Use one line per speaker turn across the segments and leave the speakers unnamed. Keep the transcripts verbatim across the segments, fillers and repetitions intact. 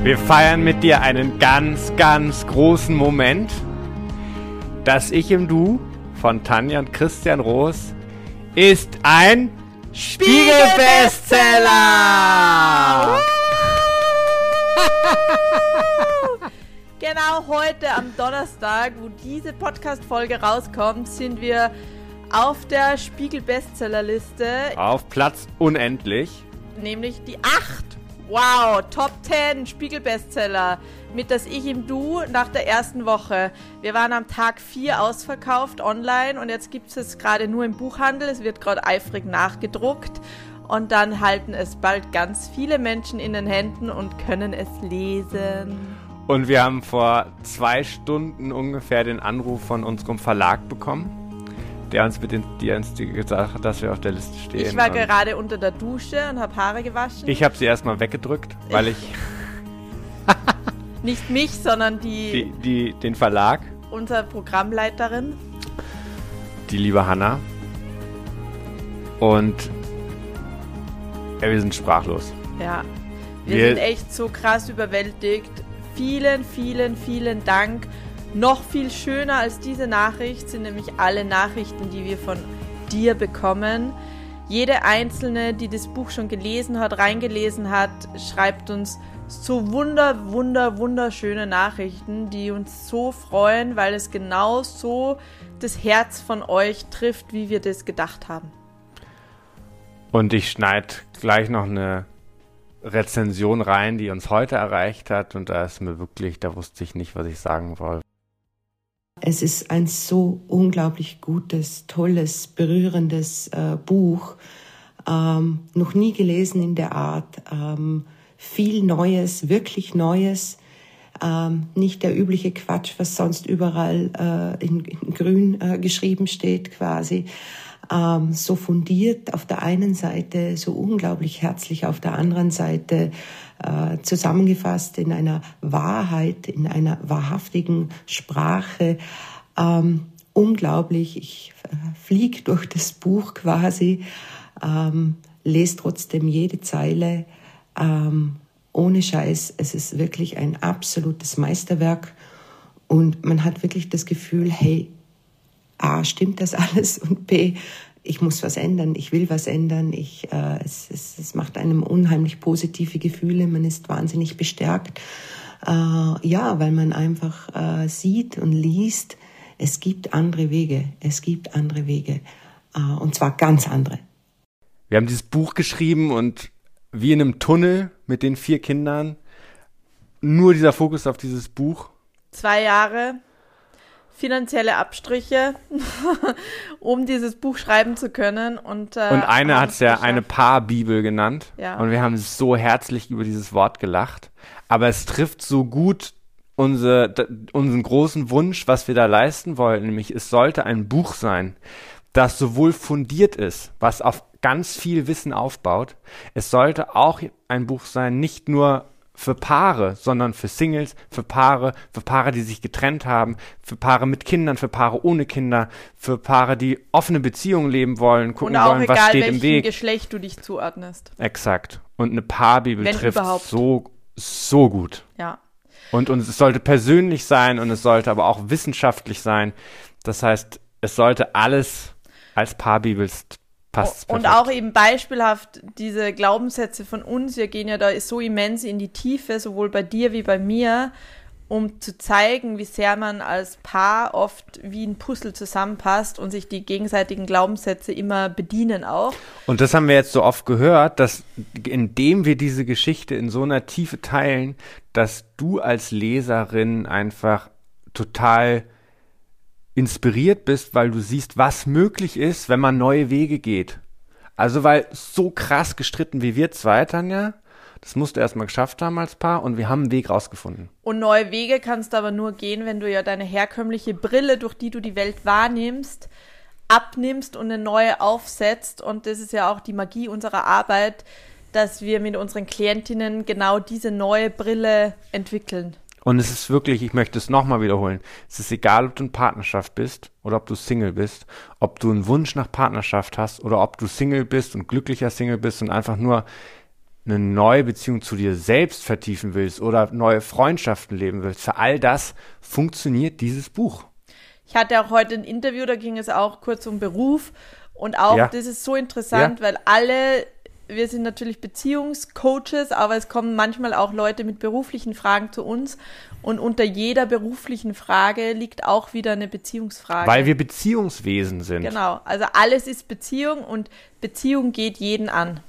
Wir feiern mit dir einen ganz, ganz großen Moment. Das Ich im Du von Tanja und Christian Roos ist ein Spiegel-Bestseller!
Genau heute am Donnerstag, wo diese Podcast-Folge rauskommt, sind wir auf der Spiegel-Bestseller-Liste.
Auf Platz unendlich.
Nämlich die acht. Wow, Top zehn Spiegel-Bestseller mit Das Ich im Du nach der ersten Woche. Wir waren am Tag vier ausverkauft online und jetzt gibt es es gerade nur im Buchhandel. Es wird gerade eifrig nachgedruckt und dann halten es bald ganz viele Menschen in den Händen und können es lesen.
Und wir haben vor zwei Stunden ungefähr den Anruf von unserem Verlag bekommen, der uns mit den, die uns die gesagt hat, dass wir auf der Liste stehen.
Ich war gerade unter der Dusche und habe Haare gewaschen.
Ich habe sie erstmal weggedrückt, weil ich...
Nicht mich, sondern die,
die, die... Den Verlag.
Unsere Programmleiterin.
Die liebe Hanna. Und... Ja, wir sind sprachlos.
Ja, wir,
wir
sind echt so krass überwältigt. Vielen, vielen, vielen Dank. Noch viel schöner als diese Nachricht sind nämlich alle Nachrichten, die wir von dir bekommen. Jede Einzelne, die das Buch schon gelesen hat, reingelesen hat, schreibt uns so wunder, wunder, wunderschöne Nachrichten, die uns so freuen, weil es genau so das Herz von euch trifft, wie wir das gedacht haben.
Und ich schneide gleich noch eine Rezension rein, die uns heute erreicht hat. Und da ist mir wirklich, da wusste ich nicht, was ich sagen wollte.
Es ist ein so unglaublich gutes, tolles, berührendes äh, Buch. Ähm, noch nie gelesen in der Art. Ähm, viel Neues, wirklich Neues. Ähm, nicht der übliche Quatsch, was sonst überall äh, in, in grün äh, geschrieben steht quasi. Ähm, so fundiert auf der einen Seite, so unglaublich herzlich auf der anderen Seite, äh, zusammengefasst in einer Wahrheit, in einer wahrhaftigen Sprache. Ähm, unglaublich, ich äh, fliege durch das Buch quasi, ähm, lese trotzdem jede Zeile, ähm, ohne Scheiß. Es ist wirklich ein absolutes Meisterwerk und man hat wirklich das Gefühl, hey, A, stimmt das alles und B, ich muss was ändern, ich will was ändern, ich, äh, es, es, es macht einem unheimlich positive Gefühle, man ist wahnsinnig bestärkt, äh, ja, weil man einfach äh, sieht und liest, es gibt andere Wege, es gibt andere Wege äh, und zwar ganz andere.
Wir haben dieses Buch geschrieben und wie in einem Tunnel mit den vier Kindern, nur dieser Fokus auf dieses Buch.
Zwei Jahre. Finanzielle Abstriche, um dieses Buch schreiben zu können. Und, äh,
und eine hat es ja eine Paarbibel genannt.
Ja.
Und wir haben so herzlich über dieses Wort gelacht. Aber es trifft so gut unsere, unseren großen Wunsch, was wir da leisten wollen. Nämlich, es sollte ein Buch sein, das sowohl fundiert ist, was auf ganz viel Wissen aufbaut. Es sollte auch ein Buch sein, nicht nur für Paare, sondern für Singles, für Paare, für Paare, die sich getrennt haben, für Paare mit Kindern, für Paare ohne Kinder, für Paare, die offene Beziehungen leben wollen, gucken
und auch
wollen,
egal,
was steht im Weg.
Geschlecht du dich zuordnest.
Exakt. Und eine Paarbibel
Wenn
trifft
überhaupt.
so, so gut.
Ja.
Und, und es sollte persönlich sein und es sollte aber auch wissenschaftlich sein. Das heißt, es sollte alles als Paarbibel passt.
Und auch eben beispielhaft diese Glaubenssätze von uns, wir gehen ja da so immens in die Tiefe, sowohl bei dir wie bei mir, um zu zeigen, wie sehr man als Paar oft wie ein Puzzle zusammenpasst und sich die gegenseitigen Glaubenssätze immer bedienen auch.
Und das haben wir jetzt so oft gehört, dass indem wir diese Geschichte in so einer Tiefe teilen, dass du als Leserin einfach total inspiriert bist, weil du siehst, was möglich ist, wenn man neue Wege geht. Also weil so krass gestritten wie wir zwei, Tanja, das musst du erstmal geschafft haben als Paar und wir haben einen Weg rausgefunden.
Und neue Wege kannst du aber nur gehen, wenn du ja deine herkömmliche Brille, durch die du die Welt wahrnimmst, abnimmst und eine neue aufsetzt. Und das ist ja auch die Magie unserer Arbeit, dass wir mit unseren Klientinnen genau diese neue Brille entwickeln.
Und es ist wirklich, ich möchte es nochmal wiederholen, es ist egal, ob du in Partnerschaft bist oder ob du Single bist, ob du einen Wunsch nach Partnerschaft hast oder ob du Single bist und glücklicher Single bist und einfach nur eine neue Beziehung zu dir selbst vertiefen willst oder neue Freundschaften leben willst, für all das funktioniert dieses Buch.
Ich hatte auch heute ein Interview, da ging es auch kurz um Beruf und auch,
Ja.
das ist so interessant,
Ja.
weil alle, wir sind natürlich Beziehungscoaches, aber es kommen manchmal auch Leute mit beruflichen Fragen zu uns und unter jeder beruflichen Frage liegt auch wieder eine Beziehungsfrage.
Weil wir Beziehungswesen sind.
Genau, also alles ist Beziehung und Beziehung geht jeden an.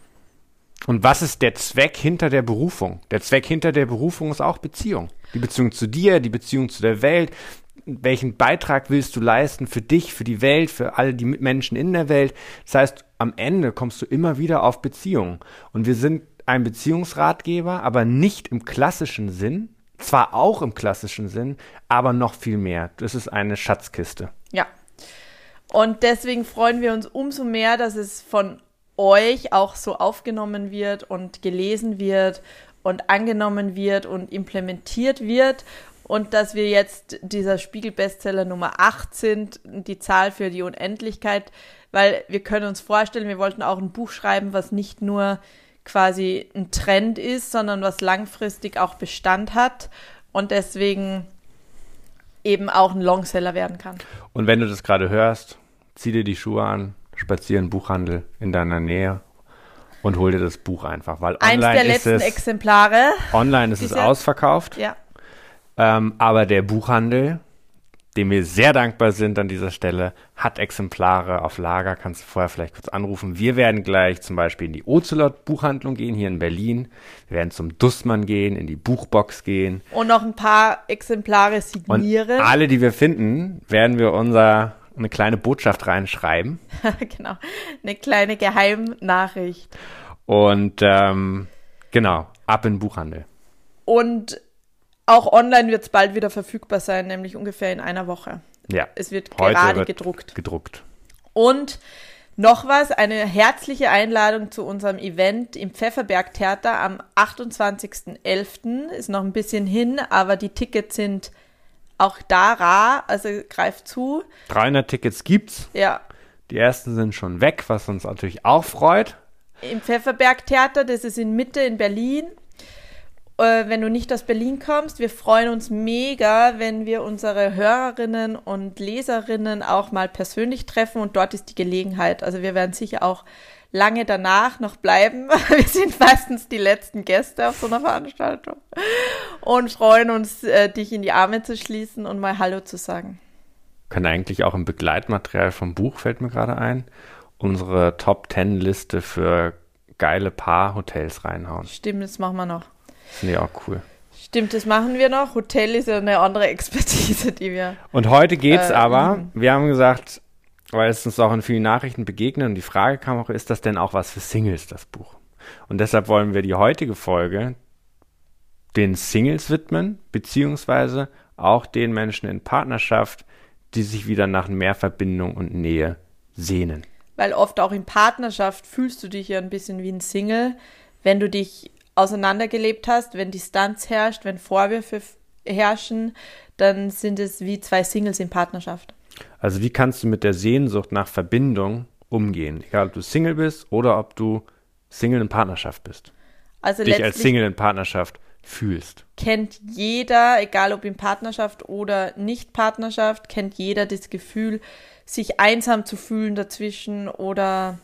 Und was ist der Zweck hinter der Berufung? Der Zweck hinter der Berufung ist auch Beziehung. Die Beziehung zu dir, die Beziehung zu der Welt. Welchen Beitrag willst du leisten für dich, für die Welt, für alle die Menschen in der Welt? Das heißt, am Ende kommst du immer wieder auf Beziehungen. Und wir sind ein Beziehungsratgeber, aber nicht im klassischen Sinn. Zwar auch im klassischen Sinn, aber noch viel mehr. Das ist eine Schatzkiste.
Ja. Und deswegen freuen wir uns umso mehr, dass es von euch auch so aufgenommen wird und gelesen wird und angenommen wird und implementiert wird und dass wir jetzt dieser Spiegel-Bestseller Nummer acht sind, die Zahl für die Unendlichkeit, weil wir können uns vorstellen, wir wollten auch ein Buch schreiben, was nicht nur quasi ein Trend ist, sondern was langfristig auch Bestand hat und deswegen eben auch ein Longseller werden kann.
Und wenn du das gerade hörst, zieh dir die Schuhe an, spazier in den Buchhandel in deiner Nähe und hol dir das Buch einfach, weil
Eins
online
der
ist
letzten
es,
Exemplare.
online ist es
Ist ja-
ausverkauft.
Ja.
Ähm, aber der Buchhandel, dem wir sehr dankbar sind an dieser Stelle, hat Exemplare auf Lager. Kannst du vorher vielleicht kurz anrufen. Wir werden gleich zum Beispiel in die Ocelot-Buchhandlung gehen, hier in Berlin. Wir werden zum Dussmann gehen, in die Buchbox gehen.
Und noch ein paar Exemplare
Und
signieren.
alle, die wir finden, werden wir unser, eine kleine Botschaft reinschreiben.
Genau, eine kleine Geheimnachricht.
Und ähm, genau, ab in den Buchhandel.
Und auch online wird es bald wieder verfügbar sein, nämlich ungefähr in einer Woche.
Ja,
Es wird
heute
gerade
wird
gedruckt.
gedruckt.
Und noch was, eine herzliche Einladung zu unserem Event im Pfefferberg-Theater am achtundzwanzigsten elften Ist noch ein bisschen hin, aber die Tickets sind auch da rar, also greift zu.
dreihundert Tickets gibt's.
Ja,
Die ersten sind schon weg, was uns natürlich auch freut.
im Pfefferberg-Theater, das ist in Mitte in Berlin. Äh, wenn du nicht aus Berlin kommst, wir freuen uns mega, wenn wir unsere Hörerinnen und Leserinnen auch mal persönlich treffen und dort ist die Gelegenheit. Also wir werden sicher auch lange danach noch bleiben. Wir sind meistens die letzten Gäste auf so einer Veranstaltung und freuen uns, äh, dich in die Arme zu schließen und mal Hallo zu sagen.
Können eigentlich auch im Begleitmaterial vom Buch, fällt mir gerade ein, unsere Top zehn Liste für geile Paar-Hotels reinhauen.
Stimmt, das machen wir noch.
Finde ich auch cool.
Stimmt, das machen wir noch. Hotel ist ja eine andere Expertise, die wir...
Und heute geht's
Äh,
aber,
mhm.
wir haben gesagt, weil es uns auch in vielen Nachrichten begegnet und die Frage kam auch, ist das denn auch was für Singles, das Buch? Und deshalb wollen wir die heutige Folge den Singles widmen, beziehungsweise auch den Menschen in Partnerschaft, die sich wieder nach mehr Verbindung und Nähe sehnen.
Weil oft auch in Partnerschaft fühlst du dich ja ein bisschen wie ein Single, wenn du dich auseinandergelebt hast, wenn Distanz herrscht, wenn Vorwürfe f- herrschen, dann sind es wie zwei Singles in Partnerschaft.
Also wie kannst du mit der Sehnsucht nach Verbindung umgehen? Egal, ob du Single bist oder ob du Single in Partnerschaft bist.
Also
Dich als
letztlich
Single in Partnerschaft fühlst.
kennt jeder, egal ob in Partnerschaft oder nicht Partnerschaft, kennt jeder das Gefühl, sich einsam zu fühlen dazwischen oder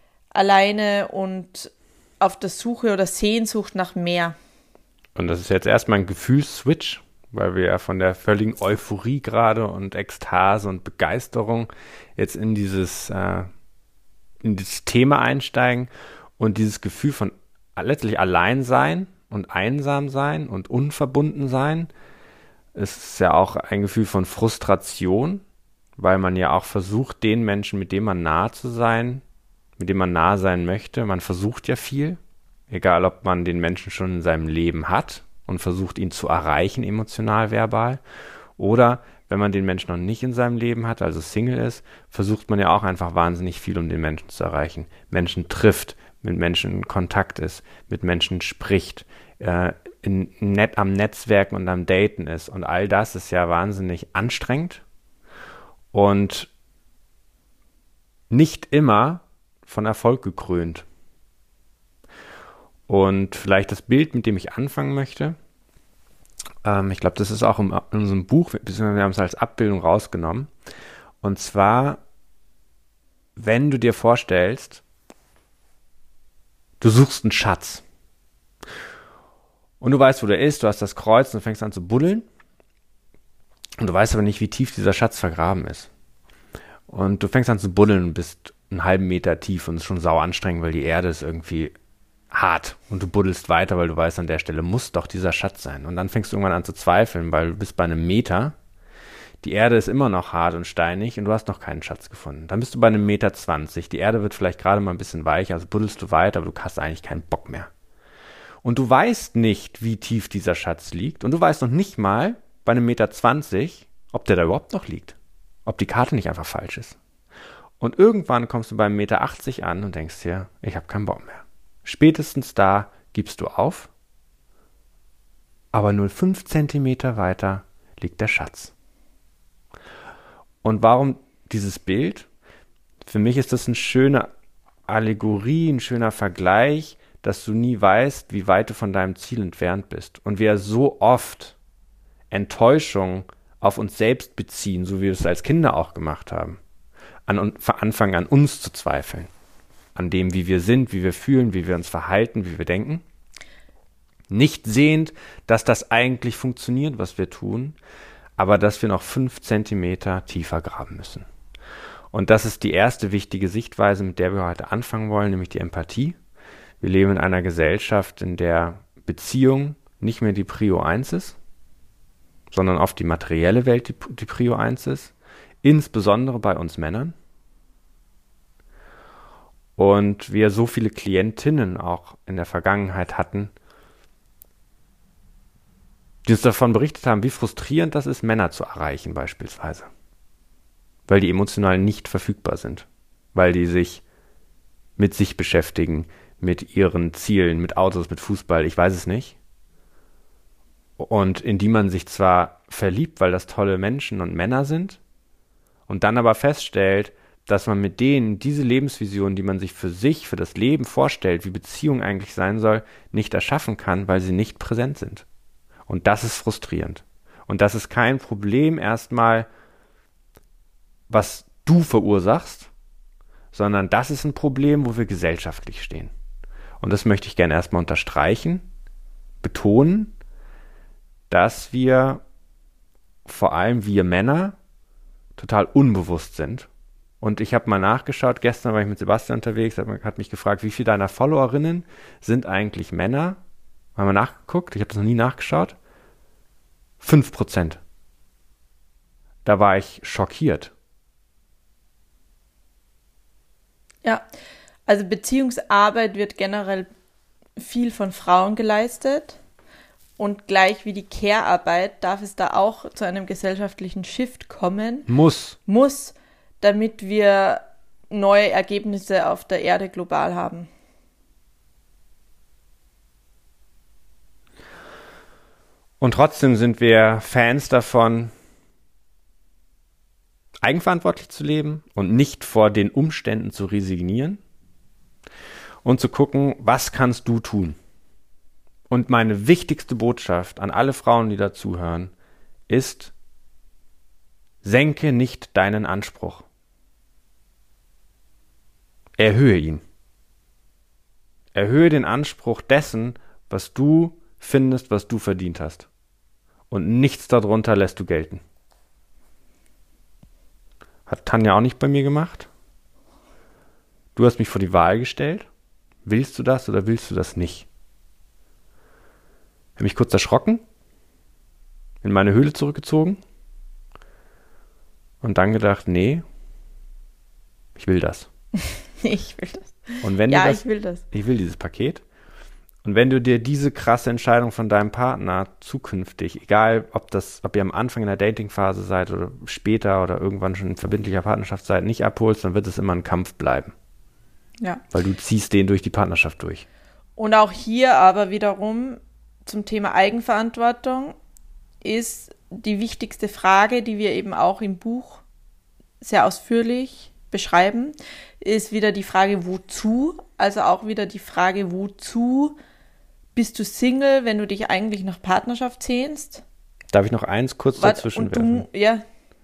alleine und auf der Suche oder Sehnsucht nach mehr.
Und das ist jetzt erstmal ein Gefühlsswitch, weil wir ja von der völligen Euphorie gerade und Ekstase und Begeisterung jetzt in dieses, äh, in dieses Thema einsteigen und dieses Gefühl von letztlich Alleinsein und Einsamsein und Unverbundensein. Es ist ja auch ein Gefühl von Frustration, weil man ja auch versucht, den Menschen, mit dem man nahe zu sein, mit dem man nahe sein möchte, man versucht ja viel, egal ob man den Menschen schon in seinem Leben hat und versucht, ihn zu erreichen, emotional, verbal, oder wenn man den Menschen noch nicht in seinem Leben hat, also Single ist, versucht man ja auch einfach wahnsinnig viel, um den Menschen zu erreichen. Menschen trifft, mit Menschen in Kontakt ist, mit Menschen spricht, äh, in, net, am Netzwerken und am Daten ist. Und all das ist ja wahnsinnig anstrengend und nicht immer von Erfolg gekrönt. Und vielleicht das Bild, mit dem ich anfangen möchte, ähm, ich glaube, das ist auch im, in unserem Buch, beziehungsweise wir haben es als Abbildung rausgenommen. Und zwar, wenn du dir vorstellst, du suchst einen Schatz. Und du weißt, wo der ist, du hast das Kreuz und fängst an zu buddeln. Und du weißt aber nicht, wie tief dieser Schatz vergraben ist. Und du fängst an zu buddeln und bist einen halben Meter tief und es ist schon sau anstrengend, weil die Erde ist irgendwie hart. Und du buddelst weiter, weil du weißt, an der Stelle muss doch dieser Schatz sein. Und dann fängst du irgendwann an zu zweifeln, weil du bist bei einem Meter. Die Erde ist immer noch hart und steinig und du hast noch keinen Schatz gefunden. Dann bist du bei einem Meter zwanzig. Die Erde wird vielleicht gerade mal ein bisschen weicher, also buddelst du weiter, aber du hast eigentlich keinen Bock mehr. Und du weißt nicht, wie tief dieser Schatz liegt. Und du weißt noch nicht mal bei einem Meter zwanzig, ob der da überhaupt noch liegt. Ob die Karte nicht einfach falsch ist. Und irgendwann kommst du beim Meter achtzig an und denkst dir, ich habe keinen Bock mehr. Spätestens da gibst du auf. Aber nur fünf Zentimeter weiter liegt der Schatz. Und warum dieses Bild? Für mich ist das eine schöne Allegorie, ein schöner Vergleich, dass du nie weißt, wie weit du von deinem Ziel entfernt bist. Und wir so oft Enttäuschung auf uns selbst beziehen, so wie wir es als Kinder auch gemacht haben. An, anfangen an uns zu zweifeln. An dem, wie wir sind, wie wir fühlen, wie wir uns verhalten, wie wir denken. Nicht sehend, dass das eigentlich funktioniert, was wir tun, aber dass wir noch fünf Zentimeter tiefer graben müssen. Und das ist die erste wichtige Sichtweise, mit der wir heute anfangen wollen, nämlich die Empathie. Wir leben in einer Gesellschaft, in der Beziehung nicht mehr die Prio eins ist, sondern oft die materielle Welt die, die Prio eins ist, insbesondere bei uns Männern. Und wir so viele Klientinnen auch in der Vergangenheit hatten, die uns davon berichtet haben, wie frustrierend das ist, Männer zu erreichen beispielsweise. Weil die emotional nicht verfügbar sind. Weil die sich mit sich beschäftigen, mit ihren Zielen, mit Autos, mit Fußball, ich weiß es nicht. Und in die man sich zwar verliebt, weil das tolle Menschen und Männer sind, und dann aber feststellt, dass man mit denen diese Lebensvision, die man sich für sich, für das Leben vorstellt, wie Beziehung eigentlich sein soll, nicht erschaffen kann, weil sie nicht präsent sind. Und das ist frustrierend. Und das ist kein Problem erstmal, was du verursachst, sondern das ist ein Problem, wo wir gesellschaftlich stehen. Und das möchte ich gerne erstmal unterstreichen, betonen, dass wir, vor allem wir Männer, total unbewusst sind. Und ich habe mal nachgeschaut, gestern war ich mit Sebastian unterwegs, hat, hat mich gefragt, wie viele deiner Followerinnen sind eigentlich Männer? Haben wir nachgeguckt, ich habe das noch nie nachgeschaut. Fünf Prozent. Da war ich schockiert.
Ja, also Beziehungsarbeit wird generell viel von Frauen geleistet. Und gleich wie die Care-Arbeit darf es da auch zu einem gesellschaftlichen Shift kommen.
Muss.
Muss, damit wir neue Ergebnisse auf der Erde global haben.
Und trotzdem sind wir Fans davon, eigenverantwortlich zu leben und nicht vor den Umständen zu resignieren und zu gucken, was kannst du tun? Und meine wichtigste Botschaft an alle Frauen, die da zuhören, ist, senke nicht deinen Anspruch. Erhöhe ihn. Erhöhe den Anspruch dessen, was du findest, was du verdient hast. Und nichts darunter lässt du gelten. Hat Tanja auch nicht bei mir gemacht. Du hast mich vor die Wahl gestellt. Willst du das oder willst du das nicht? Ich habe mich kurz erschrocken, in meine Höhle zurückgezogen und dann gedacht, nee, ich will das.
Ich will das.
Und wenn
ja,
du das,
ich will das.
Ich will dieses Paket. Und wenn du dir diese krasse Entscheidung von deinem Partner zukünftig, egal ob das, ob ihr am Anfang in der Datingphase seid oder später oder irgendwann schon in verbindlicher Partnerschaft seid, nicht abholst, dann wird es immer ein Kampf bleiben.
Ja.
Weil du ziehst den durch die Partnerschaft durch.
Und auch hier aber wiederum zum Thema Eigenverantwortung ist die wichtigste Frage, die wir eben auch im Buch sehr ausführlich beschreiben, ist wieder die Frage, wozu? Also auch wieder die Frage, wozu bist du Single, wenn du dich eigentlich nach Partnerschaft sehnst?
Darf ich noch eins kurz
Warte,
dazwischen
und du,
werfen?
ja.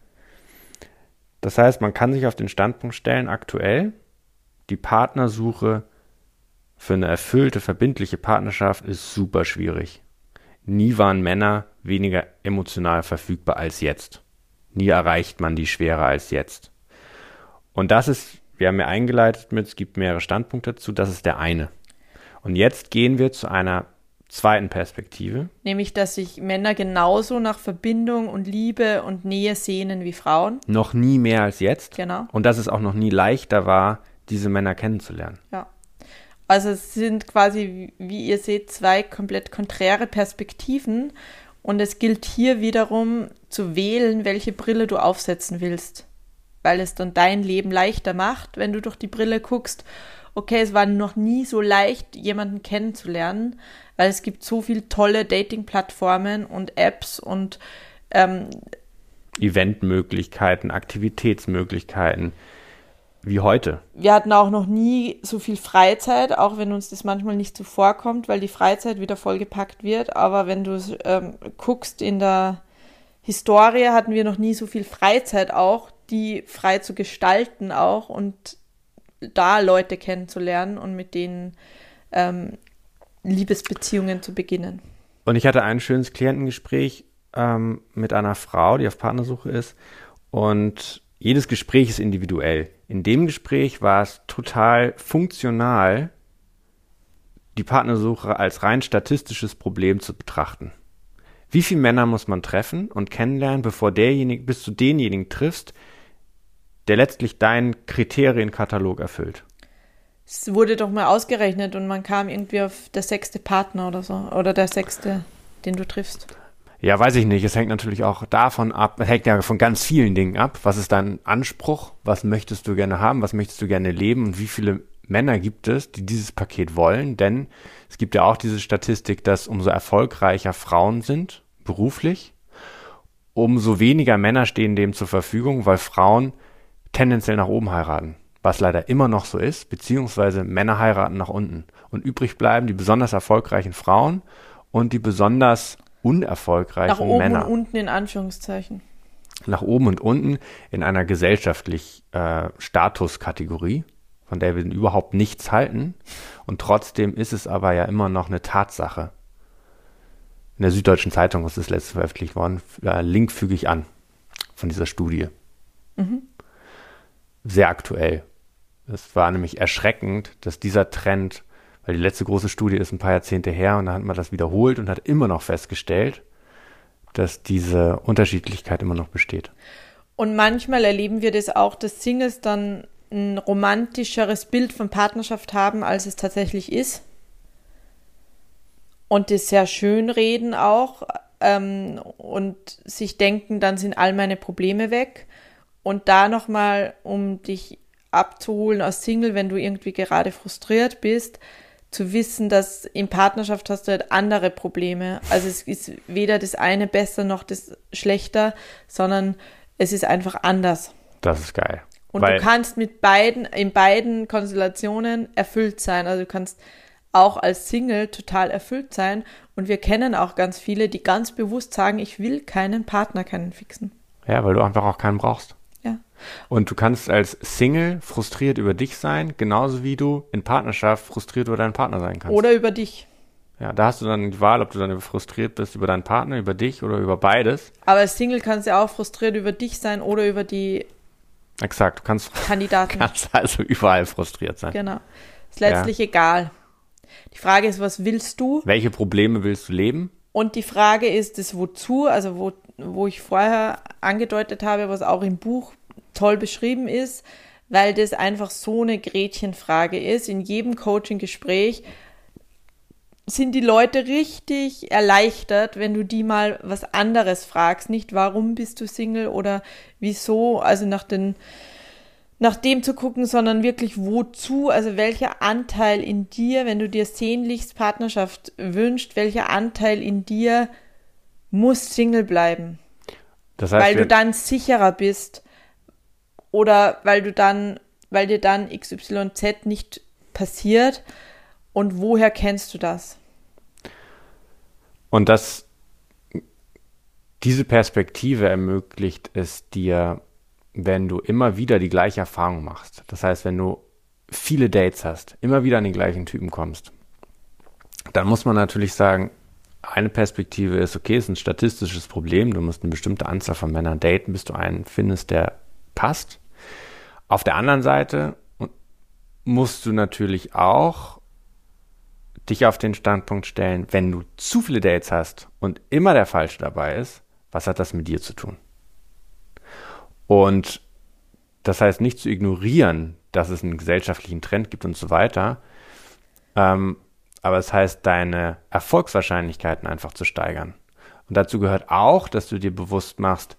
Das heißt, man kann sich auf den Standpunkt stellen, aktuell, die Partnersuche für eine erfüllte, verbindliche Partnerschaft ist super schwierig. Nie waren Männer weniger emotional verfügbar als jetzt. Nie erreicht man die schwerer als jetzt. Und das ist, wir haben ja eingeleitet mit, es gibt mehrere Standpunkte dazu, das ist der eine. Und jetzt gehen wir zu einer zweiten Perspektive.
Nämlich, dass sich Männer genauso nach Verbindung und Liebe und Nähe sehnen wie Frauen.
Noch nie mehr als jetzt.
Genau.
Und dass es auch noch nie leichter war, diese Männer kennenzulernen.
Ja. Also es sind quasi, wie ihr seht, zwei komplett konträre Perspektiven. Und es gilt hier wiederum zu wählen, welche Brille du aufsetzen willst. Weil es dann dein Leben leichter macht, wenn du durch die Brille guckst, okay, es war noch nie so leicht, jemanden kennenzulernen, weil es gibt so viele tolle Dating-Plattformen und Apps und ähm,
Eventmöglichkeiten, Aktivitätsmöglichkeiten, wie heute.
Wir hatten auch noch nie so viel Freizeit, auch wenn uns das manchmal nicht so vorkommt, weil die Freizeit wieder vollgepackt wird. Aber wenn du ähm, guckst, in der Historie hatten wir noch nie so viel Freizeit auch, die frei zu gestalten auch und da Leute kennenzulernen und mit denen ähm, Liebesbeziehungen zu beginnen.
Und ich hatte ein schönes Klientengespräch ähm, mit einer Frau, die auf Partnersuche ist. Und jedes Gespräch ist individuell. In dem Gespräch war es total funktional, die Partnersuche als rein statistisches Problem zu betrachten. Wie viele Männer muss man treffen und kennenlernen, bevor derjenige, bis du denjenigen triffst, der letztlich deinen Kriterienkatalog erfüllt?
Es wurde doch mal ausgerechnet und man kam irgendwie auf der sechste Partner oder so. Oder der sechste, den du triffst.
Ja, weiß ich nicht. Es hängt natürlich auch davon ab, es hängt ja von ganz vielen Dingen ab. Was ist dein Anspruch? Was möchtest du gerne haben? Was möchtest du gerne leben? Und wie viele Männer gibt es, die dieses Paket wollen? Denn es gibt ja auch diese Statistik, dass umso erfolgreicher Frauen sind, beruflich, umso weniger Männer stehen dem zur Verfügung, weil Frauen tendenziell nach oben heiraten. Was leider immer noch so ist, beziehungsweise Männer heiraten nach unten. Und übrig bleiben die besonders erfolgreichen Frauen und die besonders unerfolgreichen
nach oben
Männer.
Und unten in Anführungszeichen.
Nach oben und unten in einer gesellschaftlich äh, Statuskategorie, von der wir überhaupt nichts halten. Und trotzdem ist es aber ja immer noch eine Tatsache. In der Süddeutschen Zeitung ist das letzte veröffentlicht worden. Äh, Link füge ich an von dieser Studie.
Mhm.
Sehr aktuell. Es war nämlich erschreckend, dass dieser Trend, weil die letzte große Studie ist ein paar Jahrzehnte her und da hat man das wiederholt und hat immer noch festgestellt, dass diese Unterschiedlichkeit immer noch besteht.
Und manchmal erleben wir das auch, dass Singles dann ein romantischeres Bild von Partnerschaft haben, als es tatsächlich ist. Und das sehr schön reden auch ähm, und sich denken, dann sind all meine Probleme weg. Und da nochmal, um dich abzuholen als Single, wenn du irgendwie gerade frustriert bist, zu wissen, dass in Partnerschaft hast du halt andere Probleme. Also es ist weder das eine besser noch das schlechter, sondern es ist einfach anders.
Das ist geil.
Und
Weil
du kannst mit beiden, in beiden Konstellationen erfüllt sein. Also du kannst auch als Single total erfüllt sein. Und wir kennen auch ganz viele, die ganz bewusst sagen, ich will keinen Partner, keinen Fixen.
Ja, weil du einfach auch keinen brauchst.
Ja.
Und du kannst als Single frustriert über dich sein, genauso wie du in Partnerschaft frustriert über deinen Partner sein kannst.
Oder über dich.
Ja, da hast du dann die Wahl, ob du dann frustriert bist über deinen Partner, über dich oder über beides.
Aber als Single kannst du auch frustriert über dich sein oder über die
Exakt, du kannst,
Kandidaten.
kannst also überall frustriert sein.
Genau. Ist letztlich ja. egal. Die Frage ist, was willst du?
Welche Probleme willst du leben?
Und die Frage ist das Wozu, also wo, wo ich vorher angedeutet habe, was auch im Buch toll beschrieben ist, weil das einfach so eine Gretchenfrage ist. In jedem Coaching-Gespräch sind die Leute richtig erleichtert, wenn du die mal was anderes fragst. Nicht, warum bist du Single oder wieso, also nach den nach dem zu gucken, sondern wirklich wozu, also welcher Anteil in dir, wenn du dir sehnlichst Partnerschaft wünschst, welcher Anteil in dir muss Single bleiben.
Das heißt,
weil du dann sicherer bist oder weil du dann, weil dir dann X Y Z nicht passiert und woher kennst du das?
Und das, diese Perspektive ermöglicht es dir, wenn du immer wieder die gleiche Erfahrung machst. Das heißt, wenn du viele Dates hast, immer wieder an den gleichen Typen kommst, dann muss man natürlich sagen, eine Perspektive ist, okay, es ist ein statistisches Problem, du musst eine bestimmte Anzahl von Männern daten, bis du einen findest, der passt. Auf der anderen Seite musst du natürlich auch dich auf den Standpunkt stellen, wenn du zu viele Dates hast und immer der Falsche dabei ist, was hat das mit dir zu tun? Und das heißt nicht zu ignorieren, dass es einen gesellschaftlichen Trend gibt und so weiter, ähm, aber es heißt, deine Erfolgswahrscheinlichkeiten einfach zu steigern. Und dazu gehört auch, dass du dir bewusst machst,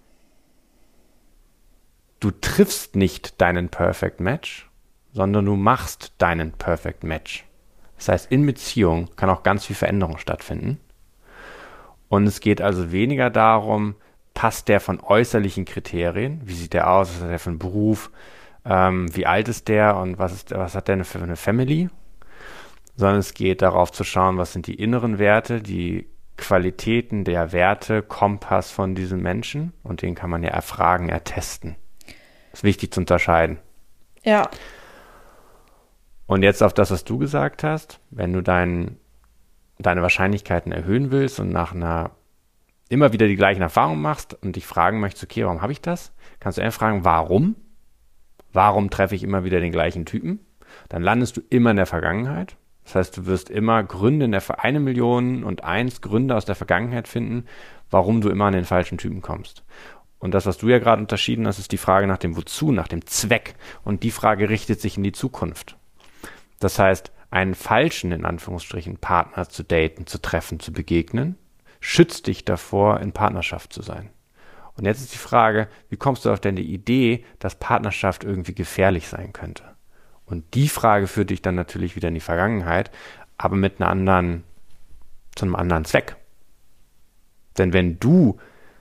du triffst nicht deinen Perfect Match, sondern du machst deinen Perfect Match. Das heißt, in Beziehung kann auch ganz viel Veränderung stattfinden. Und es geht also weniger darum, passt der von äußerlichen Kriterien, wie sieht der aus, was hat der für einen Beruf, ähm, wie alt ist der und was, ist, was hat der für eine Family, sondern es geht darauf zu schauen, was sind die inneren Werte, die Qualitäten der Werte, Kompass von diesem Menschen, und den kann man ja erfragen, ertesten. Das ist wichtig zu unterscheiden.
Ja.
Und jetzt auf das, was du gesagt hast, wenn du dein, deine Wahrscheinlichkeiten erhöhen willst und nach einer immer wieder die gleichen Erfahrungen machst und dich fragen möchtest, okay, warum habe ich das? Kannst du eher fragen, warum? Warum treffe ich immer wieder den gleichen Typen? Dann landest du immer in der Vergangenheit. Das heißt, du wirst immer Gründe in der Ver- eine Million und eins Gründe aus der Vergangenheit finden, warum du immer an den falschen Typen kommst. Und das, was du ja gerade unterschieden hast, ist die Frage nach dem Wozu, nach dem Zweck. Und die Frage richtet sich in die Zukunft. Das heißt, einen falschen, in Anführungsstrichen, Partner zu daten, zu treffen, zu begegnen, schützt dich davor, in Partnerschaft zu sein. Und jetzt ist die Frage, wie kommst du auf deine Idee, dass Partnerschaft irgendwie gefährlich sein könnte? Und die Frage führt dich dann natürlich wieder in die Vergangenheit, aber mit einer anderen, zu einem anderen Zweck. Denn wenn du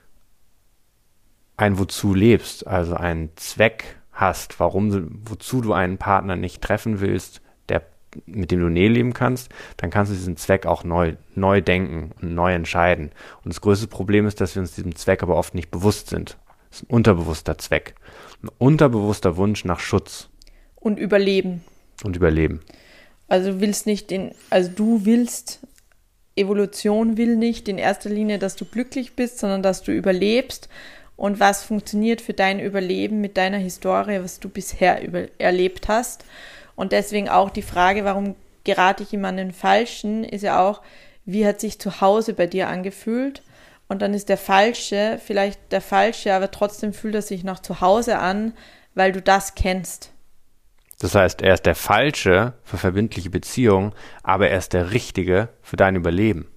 ein Wozu lebst, also einen Zweck hast, warum, wozu du einen Partner nicht treffen willst, der, mit dem du Nähe leben kannst, dann kannst du diesen Zweck auch neu, neu denken und neu entscheiden. Und das größte Problem ist, dass wir uns diesem Zweck aber oft nicht bewusst sind. Das ist ein unterbewusster Zweck. Ein unterbewusster Wunsch nach Schutz.
Und Überleben.
Und Überleben.
Also du willst nicht in, also du willst, Evolution will nicht in erster Linie, dass du glücklich bist, sondern dass du überlebst. Und was funktioniert für dein Überleben mit deiner Historie, was du bisher über, erlebt hast. Und deswegen auch die Frage, warum gerate ich immer an den Falschen, ist ja auch, wie hat sich zu Hause bei dir angefühlt? Und dann ist der Falsche vielleicht der Falsche, aber trotzdem fühlt er sich noch zu Hause an, weil du das kennst.
Das heißt, er ist der Falsche für verbindliche Beziehungen, aber er ist der Richtige für dein Überleben.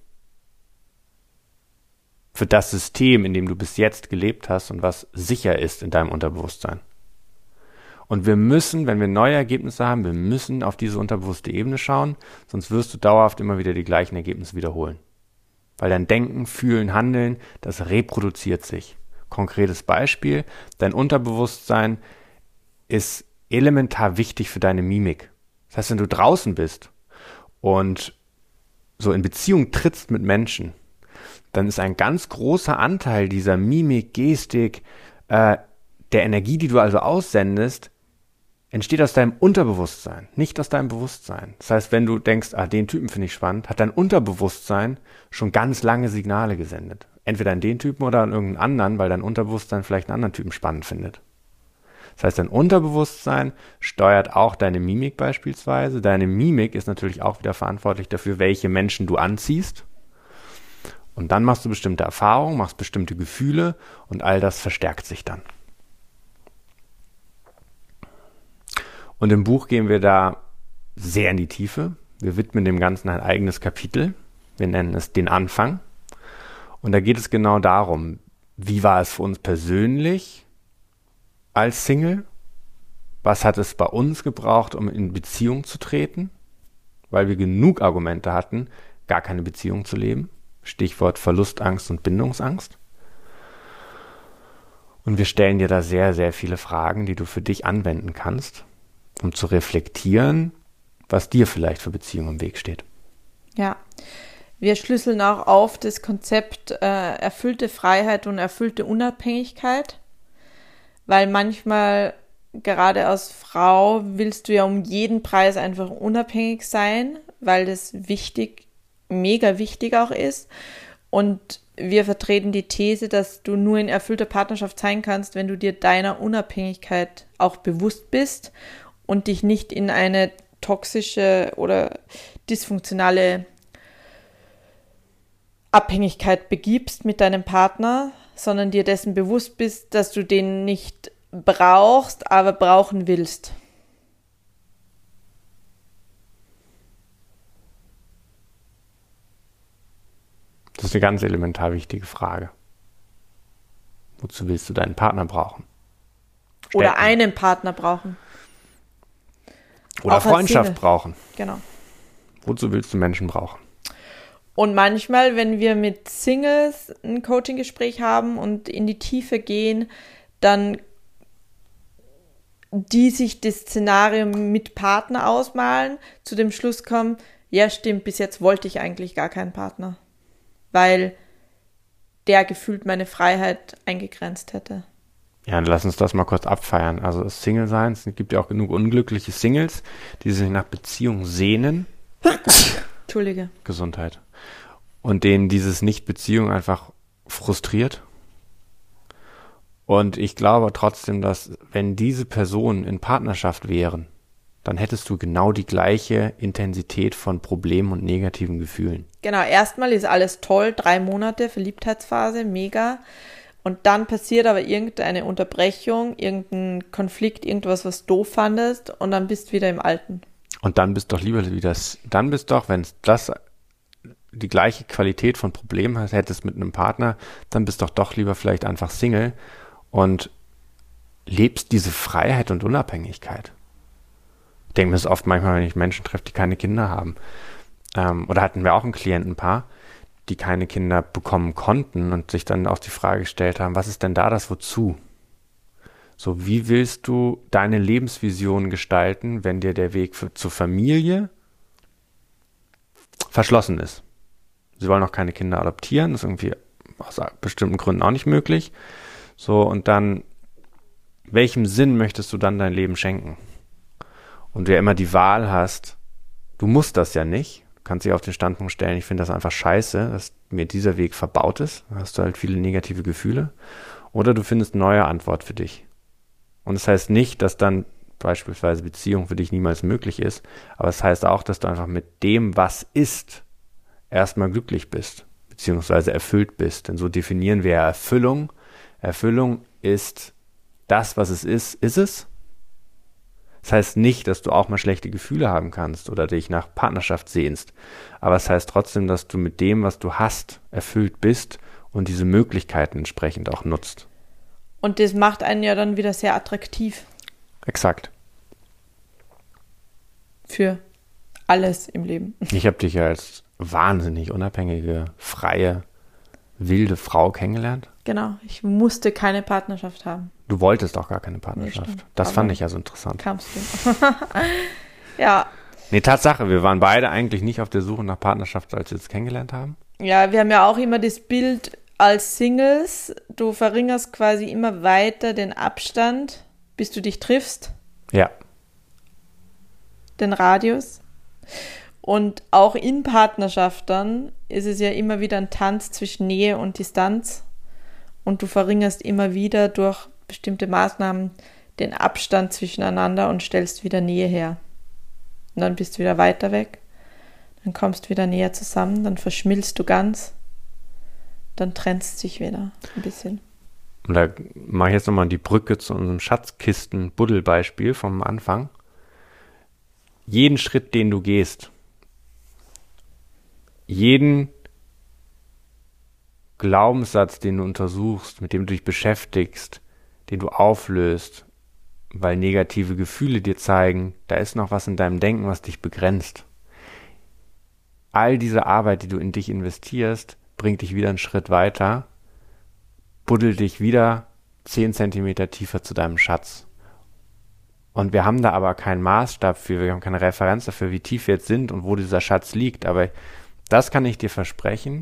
Für das System, in dem du bis jetzt gelebt hast und was sicher ist in deinem Unterbewusstsein. Und wir müssen, wenn wir neue Ergebnisse haben, wir müssen auf diese unterbewusste Ebene schauen, sonst wirst du dauerhaft immer wieder die gleichen Ergebnisse wiederholen. Weil dein Denken, Fühlen, Handeln, das reproduziert sich. Konkretes Beispiel, dein Unterbewusstsein ist elementar wichtig für deine Mimik. Das heißt, wenn du draußen bist und so in Beziehung trittst mit Menschen, dann ist ein ganz großer Anteil dieser Mimik, Gestik, äh, der Energie, die du also aussendest, entsteht aus deinem Unterbewusstsein, nicht aus deinem Bewusstsein. Das heißt, wenn du denkst, ah, den Typen finde ich spannend, hat dein Unterbewusstsein schon ganz lange Signale gesendet. Entweder an den Typen oder an irgendeinen anderen, weil dein Unterbewusstsein vielleicht einen anderen Typen spannend findet. Das heißt, dein Unterbewusstsein steuert auch deine Mimik beispielsweise. Deine Mimik ist natürlich auch wieder verantwortlich dafür, welche Menschen du anziehst. Und dann machst du bestimmte Erfahrungen, machst bestimmte Gefühle und all das verstärkt sich dann. Und im Buch gehen wir da sehr in die Tiefe. Wir widmen dem Ganzen ein eigenes Kapitel. Wir nennen es den Anfang. Und da geht es genau darum, wie war es für uns persönlich als Single? Was hat es bei uns gebraucht, um in Beziehung zu treten? Weil wir genug Argumente hatten, gar keine Beziehung zu leben. Stichwort Verlustangst und Bindungsangst. Und wir stellen dir da sehr, sehr viele Fragen, die du für dich anwenden kannst, um zu reflektieren, was dir vielleicht für Beziehungen im Weg steht.
Ja, Wir schlüsseln auch auf das Konzept äh, erfüllte Freiheit und erfüllte Unabhängigkeit, weil manchmal, gerade als Frau, willst du ja um jeden Preis einfach unabhängig sein, weil das wichtig, mega wichtig auch ist. Und wir vertreten die These, dass du nur in erfüllter Partnerschaft sein kannst, wenn du dir deiner Unabhängigkeit auch bewusst bist und dich nicht in eine toxische oder dysfunktionale Abhängigkeit begibst mit deinem Partner, sondern dir dessen bewusst bist, dass du den nicht brauchst, aber brauchen willst.
Das ist eine ganz elementar wichtige Frage. Wozu willst du deinen Partner brauchen?
Oder
Stecken.
einen Partner brauchen.
Oder
Auch als
Freundschaft
Single.
brauchen.
Genau.
Wozu willst du Menschen brauchen?
Und manchmal, wenn wir mit Singles ein Coaching-Gespräch haben und in die Tiefe gehen, dann die sich das Szenario mit Partner ausmalen, zu dem Schluss kommen, ja stimmt, bis jetzt wollte ich eigentlich gar keinen Partner, weil der gefühlt meine Freiheit eingegrenzt hätte.
Ja, dann lass uns das mal kurz abfeiern. Also das Single-Sein, es gibt ja auch genug unglückliche Singles, die sich nach Beziehung sehnen.
Entschuldige.
Gesundheit. Und denen dieses Nicht-Beziehung einfach frustriert. Und ich glaube trotzdem, dass wenn diese Personen in Partnerschaft wären, dann hättest du genau die gleiche Intensität von Problemen und negativen Gefühlen.
Genau, erstmal ist alles toll, drei Monate Verliebtheitsphase, mega. Und dann passiert aber irgendeine Unterbrechung, irgendein Konflikt, irgendwas, was du doof fandest, und dann bist du wieder im Alten.
Und dann bist doch lieber wie das, dann bist doch, wenn das die gleiche Qualität von Problemen hast, hättest mit einem Partner, dann bist doch doch lieber vielleicht einfach Single und lebst diese Freiheit und Unabhängigkeit. Ich denke mir das oft manchmal, wenn ich Menschen treffe, die keine Kinder haben. Ähm, oder hatten wir auch ein Klientenpaar, die keine Kinder bekommen konnten und sich dann auch die Frage gestellt haben, was ist denn da das Wozu? So, wie willst du deine Lebensvision gestalten, wenn dir der Weg für, zur Familie verschlossen ist? Sie wollen auch keine Kinder adoptieren, das ist irgendwie aus bestimmten Gründen auch nicht möglich. So, und dann, welchem Sinn möchtest du dann dein Leben schenken? Und du ja immer die Wahl hast, du musst das ja nicht, du kannst dich auf den Standpunkt stellen, ich finde das einfach scheiße, dass mir dieser Weg verbaut ist, da hast du halt viele negative Gefühle, oder du findest eine neue Antwort für dich. Und das heißt nicht, dass dann beispielsweise Beziehung für dich niemals möglich ist, aber es das heißt auch, dass du einfach mit dem, was ist, erstmal glücklich bist, beziehungsweise erfüllt bist. Denn so definieren wir ja Erfüllung. Erfüllung ist das, was es ist, ist es. Das heißt nicht, dass du auch mal schlechte Gefühle haben kannst oder dich nach Partnerschaft sehnst, aber es heißt trotzdem, dass du mit dem, was du hast, erfüllt bist und diese Möglichkeiten entsprechend auch nutzt.
Und das macht einen ja dann wieder sehr attraktiv.
Exakt.
Für alles im Leben.
Ich habe dich ja als wahnsinnig unabhängige, freie, wilde Frau kennengelernt.
Genau, ich musste keine Partnerschaft haben.
Du wolltest auch gar keine Partnerschaft.
Nee,
das
aber
fand ich ja so interessant.
Kamst du. Ja.
Nee, Tatsache, wir waren beide eigentlich nicht auf der Suche nach Partnerschaft, als wir uns kennengelernt haben.
Ja, wir haben ja auch immer das Bild als Singles, du verringerst quasi immer weiter den Abstand, bis du dich triffst.
Ja.
Den Radius. Und auch in Partnerschaft dann ist es ja immer wieder ein Tanz zwischen Nähe und Distanz. Und du verringerst immer wieder durch bestimmte Maßnahmen den Abstand zwischeneinander und stellst wieder Nähe her. Und dann bist du wieder weiter weg. Dann kommst du wieder näher zusammen, dann verschmilzt du ganz. Dann trennst dich wieder ein bisschen.
Und da mache ich jetzt nochmal die Brücke zu unserem Schatzkisten-Buddel-Beispiel vom Anfang. Jeden Schritt, den du gehst, jeden Glaubenssatz, den du untersuchst, mit dem du dich beschäftigst, den du auflöst, weil negative Gefühle dir zeigen, da ist noch was in deinem Denken, was dich begrenzt. All diese Arbeit, die du in dich investierst, bringt dich wieder einen Schritt weiter, buddelt dich wieder zehn Zentimeter tiefer zu deinem Schatz. Und wir haben da aber keinen Maßstab für, wir haben keine Referenz dafür, wie tief wir jetzt sind und wo dieser Schatz liegt, aber Das kann ich dir versprechen.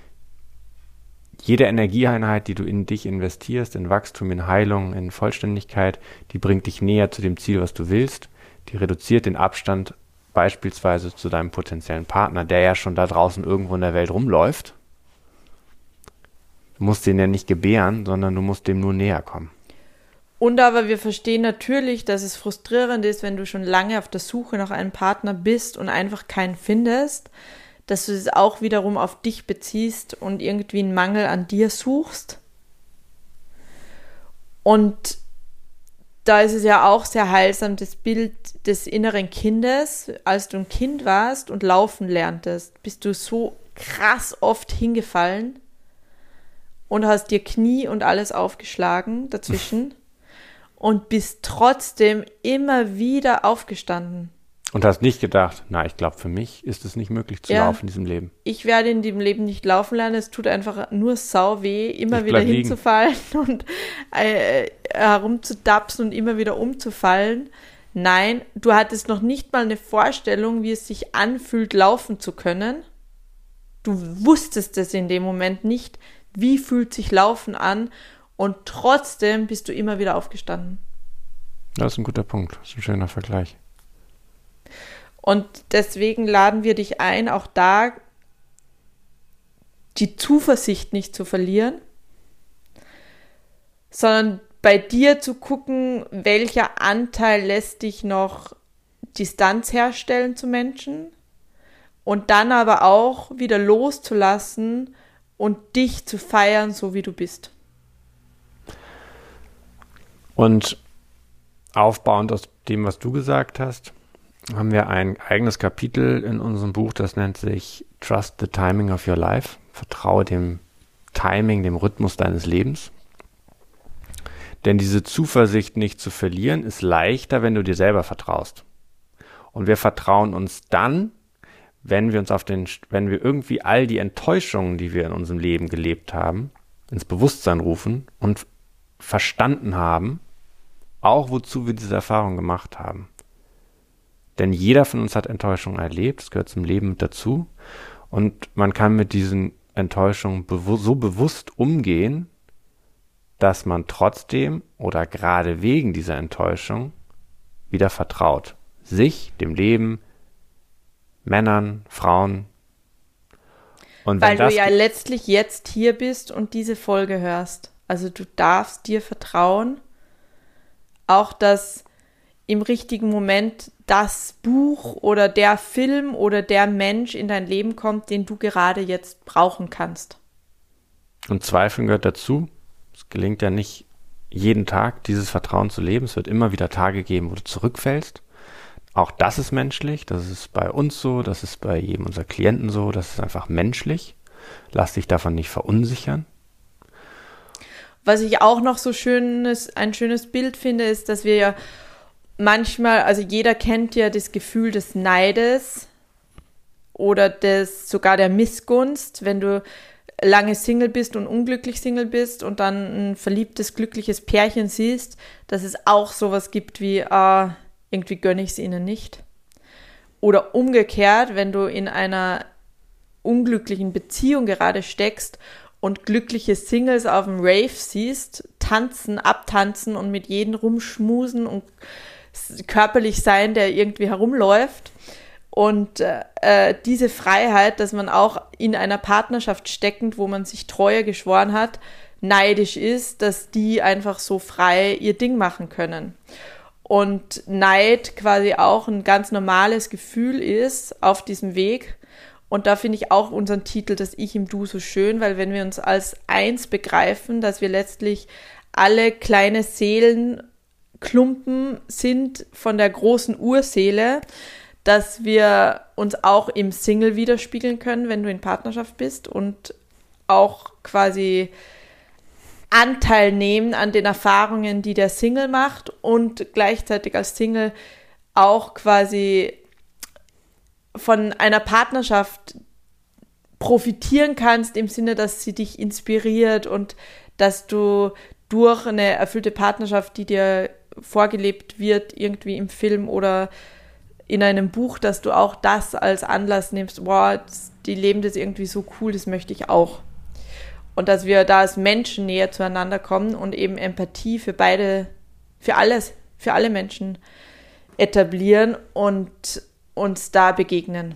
Jede Energieeinheit, die du in dich investierst, in Wachstum, in Heilung, in Vollständigkeit, die bringt dich näher zu dem Ziel, was du willst. Die reduziert den Abstand beispielsweise zu deinem potenziellen Partner, der ja schon da draußen irgendwo in der Welt rumläuft. Du musst den ja nicht gebären, sondern du musst dem nur näher kommen.
Und aber wir verstehen natürlich, dass es frustrierend ist, wenn du schon lange auf der Suche nach einem Partner bist und einfach keinen findest, dass du es auch wiederum auf dich beziehst und irgendwie einen Mangel an dir suchst. Und da ist es ja auch sehr heilsam, das Bild des inneren Kindes. Als du ein Kind warst und laufen lerntest, bist du so krass oft hingefallen und hast dir Knie und alles aufgeschlagen dazwischen und bist trotzdem immer wieder aufgestanden.
Und hast nicht gedacht, na, ich glaube, für mich ist es nicht möglich zu
Ja.
laufen in diesem Leben.
Ich werde in diesem Leben nicht laufen lernen, es tut einfach nur sau weh, immer
Ich
wieder
bleib liegen.
hinzufallen und äh, herumzutapsen und immer wieder umzufallen. Nein, du hattest noch nicht mal eine Vorstellung, wie es sich anfühlt, laufen zu können. Du wusstest es in dem Moment nicht, wie fühlt sich Laufen an, und trotzdem bist du immer wieder aufgestanden.
Das ist ein guter Punkt, das ist ein schöner Vergleich.
Und deswegen laden wir dich ein, auch da die Zuversicht nicht zu verlieren, sondern bei dir zu gucken, welcher Anteil lässt dich noch Distanz herstellen zu Menschen und dann aber auch wieder loszulassen und dich zu feiern, so wie du bist.
Und aufbauend aus dem, was du gesagt hast, haben wir ein eigenes Kapitel in unserem Buch, das nennt sich Trust the Timing of Your Life. Vertraue dem Timing, dem Rhythmus deines Lebens. Denn diese Zuversicht nicht zu verlieren, ist leichter, wenn du dir selber vertraust. Und wir vertrauen uns dann, wenn wir uns auf den, wenn wir irgendwie all die Enttäuschungen, die wir in unserem Leben gelebt haben, ins Bewusstsein rufen und verstanden haben, auch wozu wir diese Erfahrung gemacht haben. Denn jeder von uns hat Enttäuschungen erlebt, es gehört zum Leben mit dazu. Und man kann mit diesen Enttäuschungen bewu- so bewusst umgehen, dass man trotzdem oder gerade wegen dieser Enttäuschung wieder vertraut. Sich, dem Leben, Männern, Frauen. Und wenn
Weil
das
du ja
ge-
letztlich jetzt hier bist und diese Folge hörst. Also du darfst dir vertrauen, auch dass im richtigen Moment das Buch oder der Film oder der Mensch in dein Leben kommt, den du gerade jetzt brauchen kannst.
Und Zweifeln gehört dazu. Es gelingt ja nicht jeden Tag, dieses Vertrauen zu leben. Es wird immer wieder Tage geben, wo du zurückfällst. Auch das ist menschlich. Das ist bei uns so. Das ist bei jedem unserer Klienten so. Das ist einfach menschlich. Lass dich davon nicht verunsichern.
Was ich auch noch so schönes, ein schönes Bild finde, ist, dass wir ja manchmal, also jeder kennt ja das Gefühl des Neides oder des, sogar der Missgunst, wenn du lange Single bist und unglücklich Single bist und dann ein verliebtes, glückliches Pärchen siehst, dass es auch sowas gibt wie, ah, irgendwie gönne ich es ihnen nicht. Oder umgekehrt, wenn du in einer unglücklichen Beziehung gerade steckst und glückliche Singles auf dem Rave siehst, tanzen, abtanzen und mit jedem rumschmusen und körperlich sein, der irgendwie herumläuft. Und äh, diese Freiheit, dass man auch in einer Partnerschaft steckend, wo man sich Treue geschworen hat, neidisch ist, dass die einfach so frei ihr Ding machen können. Und Neid quasi auch ein ganz normales Gefühl ist auf diesem Weg. Und da finde ich auch unseren Titel, das Ich im Du, so schön, weil wenn wir uns als eins begreifen, dass wir letztlich alle kleine Seelenklumpen sind von der großen Urseele, dass wir uns auch im Single widerspiegeln können, wenn du in Partnerschaft bist und auch quasi Anteil nehmen an den Erfahrungen, die der Single macht und gleichzeitig als Single auch quasi von einer Partnerschaft profitieren kannst, im Sinne, dass sie dich inspiriert und dass du durch eine erfüllte Partnerschaft, die dir vorgelebt wird, irgendwie im Film oder in einem Buch, dass du auch das als Anlass nimmst, boah, die leben das irgendwie so cool, das möchte ich auch. Und dass wir da als Menschen näher zueinander kommen und eben Empathie für beide, für alles, für alle Menschen etablieren und uns da begegnen.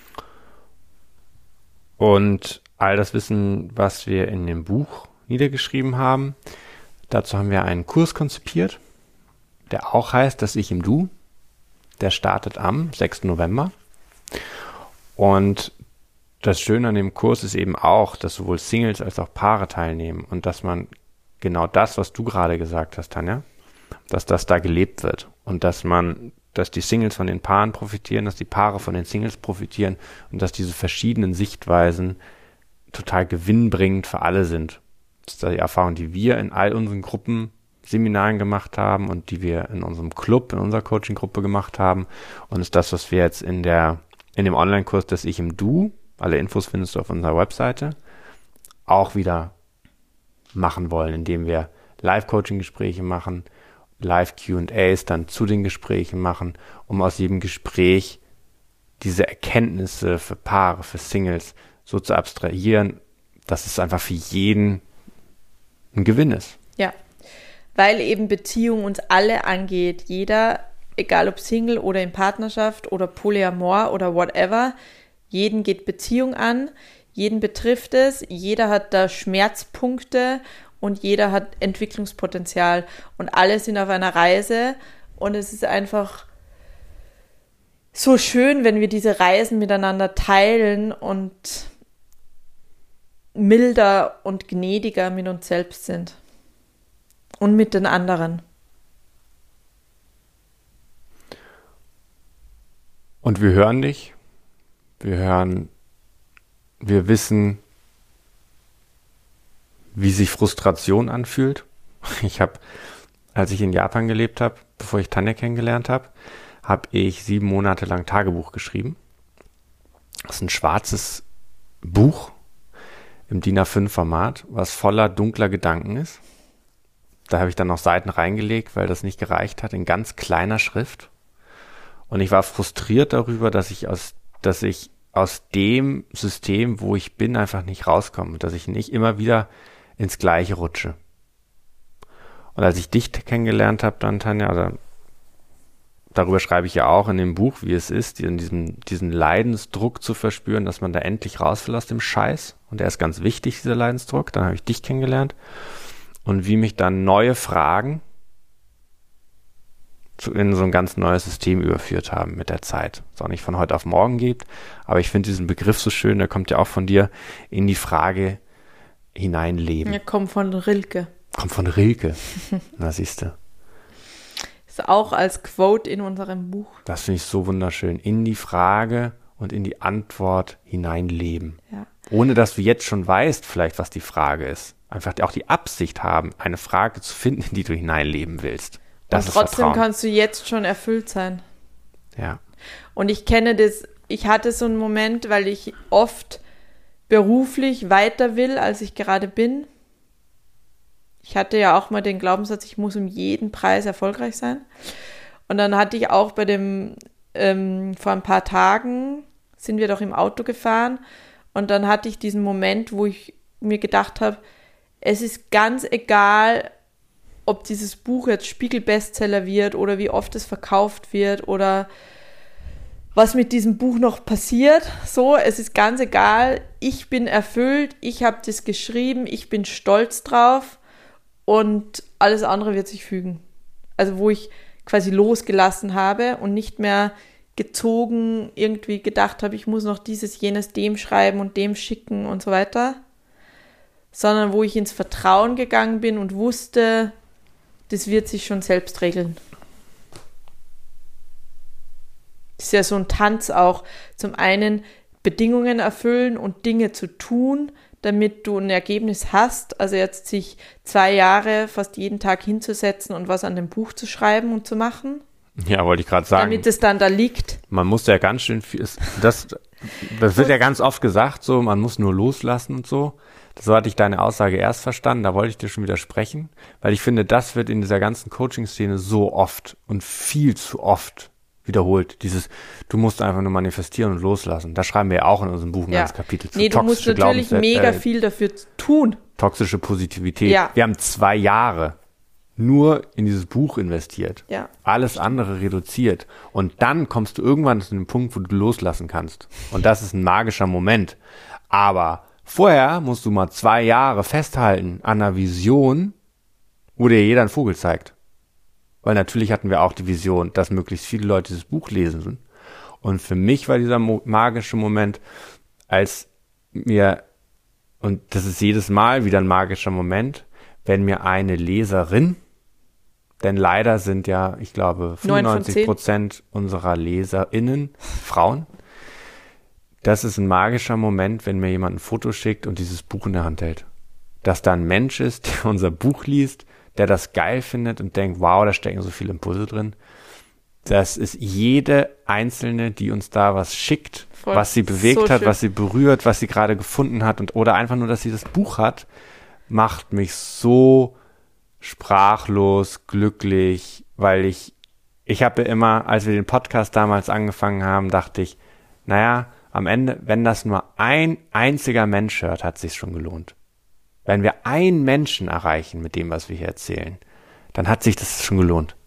Und all das Wissen, was wir in dem Buch niedergeschrieben haben, dazu haben wir einen Kurs konzipiert, der auch heißt Das Ich im Du. Der startet am sechsten November. Und das Schöne an dem Kurs ist eben auch, dass sowohl Singles als auch Paare teilnehmen und dass man genau das, was du gerade gesagt hast, Tanja, dass das da gelebt wird und dass man, dass die Singles von den Paaren profitieren, dass die Paare von den Singles profitieren und dass diese verschiedenen Sichtweisen total gewinnbringend für alle sind. Das ist die Erfahrung, die wir in all unseren Gruppenseminaren gemacht haben und die wir in unserem Club, in unserer Coaching-Gruppe gemacht haben und ist das, was wir jetzt in der in dem Online-Kurs Das Ich im Du, alle Infos findest du auf unserer Webseite, auch wieder machen wollen, indem wir Live-Coaching-Gespräche machen, Live-Q und A's dann zu den Gesprächen machen, um aus jedem Gespräch diese Erkenntnisse für Paare, für Singles so zu abstrahieren, dass es einfach für jeden ein Gewinn ist.
Ja, weil eben Beziehung uns alle angeht. Jeder, egal ob Single oder in Partnerschaft oder Polyamor oder whatever, jeden geht Beziehung an, jeden betrifft es, jeder hat da Schmerzpunkte und jeder hat Entwicklungspotenzial und alle sind auf einer Reise und es ist einfach so schön, wenn wir diese Reisen miteinander teilen und milder und gnädiger mit uns selbst sind und mit den anderen.
Und wir hören dich, wir hören, wir wissen, wie sich Frustration anfühlt. Ich habe, als ich in Japan gelebt habe, bevor ich Tanja kennengelernt habe, habe ich sieben Monate lang Tagebuch geschrieben. Das ist ein schwarzes Buch im D I N A fünf Format, was voller dunkler Gedanken ist. Da habe ich dann noch Seiten reingelegt, weil das nicht gereicht hat, in ganz kleiner Schrift. Und ich war frustriert darüber, dass ich aus, dass ich aus dem System, wo ich bin, einfach nicht rauskomme, dass ich nicht immer wieder ins Gleiche rutsche. Und als ich dich kennengelernt habe, dann Tanja, oder darüber schreibe ich ja auch in dem Buch, wie es ist, diesen, diesen Leidensdruck zu verspüren, dass man da endlich raus will aus dem Scheiß. Und der ist ganz wichtig, dieser Leidensdruck. Dann habe ich dich kennengelernt. Und wie mich dann neue Fragen zu, in so ein ganz neues System überführt haben mit der Zeit. Es auch nicht von heute auf morgen gibt, aber ich finde diesen Begriff so schön, der kommt ja auch von dir, in die Frage hineinleben.
Ja, kommt von Rilke.
Kommt von Rilke. Na, siehst du.
Ist auch als Quote in unserem Buch.
Das finde ich so wunderschön. In die Frage und in die Antwort hineinleben.
Ja.
Ohne dass du jetzt schon weißt, vielleicht, was die Frage ist. Einfach auch die Absicht haben, eine Frage zu finden, in die du hineinleben willst. Das
und
ist
trotzdem
Vertrauen.
kannst du jetzt schon erfüllt sein.
Ja.
Und ich kenne das, ich hatte so einen Moment, weil ich oft beruflich weiter will, als ich gerade bin. Ich hatte ja auch mal den Glaubenssatz, ich muss um jeden Preis erfolgreich sein. Und dann hatte ich auch bei dem, ähm, vor ein paar Tagen sind wir doch im Auto gefahren und dann hatte ich diesen Moment, wo ich mir gedacht habe, es ist ganz egal, ob dieses Buch jetzt Spiegel-Bestseller wird oder wie oft es verkauft wird oder was mit diesem Buch noch passiert. So, es ist ganz egal. Ich bin erfüllt, ich habe das geschrieben, ich bin stolz drauf und alles andere wird sich fügen. Also wo ich quasi losgelassen habe und nicht mehr gezogen irgendwie gedacht habe, ich muss noch dieses, jenes dem schreiben und dem schicken und so weiter, sondern wo ich ins Vertrauen gegangen bin und wusste, das wird sich schon selbst regeln. Das ist ja so ein Tanz auch. Zum einen Bedingungen erfüllen und Dinge zu tun, damit du ein Ergebnis hast. Also jetzt sich zwei Jahre fast jeden Tag hinzusetzen und was an dem Buch zu schreiben und zu machen.
Ja, wollte ich gerade sagen.
Damit es dann da liegt.
Man muss ja ganz schön viel, das, das wird ja ganz oft gesagt, so, man muss nur loslassen und so. So hatte ich deine Aussage erst verstanden, da wollte ich dir schon widersprechen, weil ich finde, das wird in dieser ganzen Coaching-Szene so oft und viel zu oft wiederholt. Dieses, du musst einfach nur manifestieren und loslassen. Da schreiben wir ja auch in unserem Buch ein
ja.
ganzes Kapitel zu.
Nee, du musst natürlich mega äh, viel dafür tun.
Toxische Positivität.
Ja.
Wir haben zwei Jahre nur in dieses Buch investiert.
Ja.
Alles andere reduziert. Und dann kommst du irgendwann zu einem Punkt, wo du loslassen kannst. Und das ist ein magischer Moment. Aber vorher musst du mal zwei Jahre festhalten an einer Vision, wo dir jeder einen Vogel zeigt. Weil natürlich hatten wir auch die Vision, dass möglichst viele Leute dieses Buch lesen. Und für mich war dieser mo- magische Moment, als mir, und das ist jedes Mal wieder ein magischer Moment, wenn mir eine Leserin, denn leider sind ja, ich glaube, fünfundneunzig Prozent unserer LeserInnen Frauen. Das ist ein magischer Moment, wenn mir jemand ein Foto schickt und dieses Buch in der Hand hält. Dass da ein Mensch ist, der unser Buch liest, der das geil findet und denkt, wow, da stecken so viele Impulse drin. Das ist jede Einzelne, die uns da was schickt, Voll. was sie bewegt so hat, schön. was sie berührt, was sie gerade gefunden hat und oder einfach nur, dass sie das Buch hat, macht mich so sprachlos, glücklich, weil ich, ich habe immer, als wir den Podcast damals angefangen haben, dachte ich, naja, am Ende, wenn das nur ein einziger Mensch hört, hat es sich schon gelohnt. Wenn wir einen Menschen erreichen mit dem, was wir hier erzählen, dann hat sich das schon gelohnt.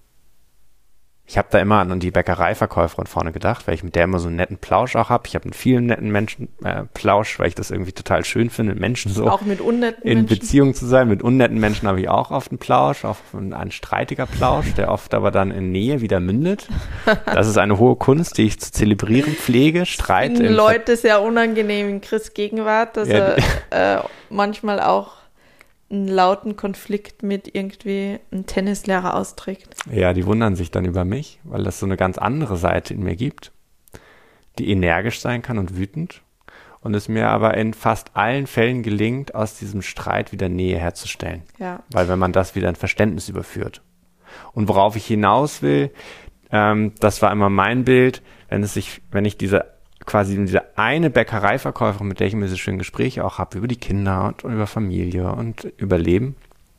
Ich habe da immer an die Bäckereiverkäuferin vorne gedacht, weil ich mit der immer so einen netten Plausch auch habe. Ich habe mit vielen netten Menschen äh, Plausch, weil ich das irgendwie total schön finde, mit Menschen so
auch mit unnetten
in
Menschen.
Beziehung zu sein. Mit unnetten Menschen habe ich auch oft einen Plausch, auch ein streitiger Plausch, der oft aber dann in Nähe wieder mündet. Das ist eine hohe Kunst, die ich zu zelebrieren pflege. Streit.
Das finden Leute sehr unangenehm in Chris' Gegenwart, dass ja, er äh, manchmal auch einen lauten Konflikt mit irgendwie einem Tennislehrer austrägt.
Ja, die wundern sich dann über mich, weil das so eine ganz andere Seite in mir gibt, die energisch sein kann und wütend und es mir aber in fast allen Fällen gelingt, aus diesem Streit wieder Nähe herzustellen.
Ja.
Weil wenn man das wieder in Verständnis überführt. Und worauf ich hinaus will, ähm, das war immer mein Bild, wenn es sich, wenn ich diese quasi diese eine Bäckereiverkäuferin, mit der ich mir so schöne Gespräche auch habe, über die Kinder und über Familie und über Leben,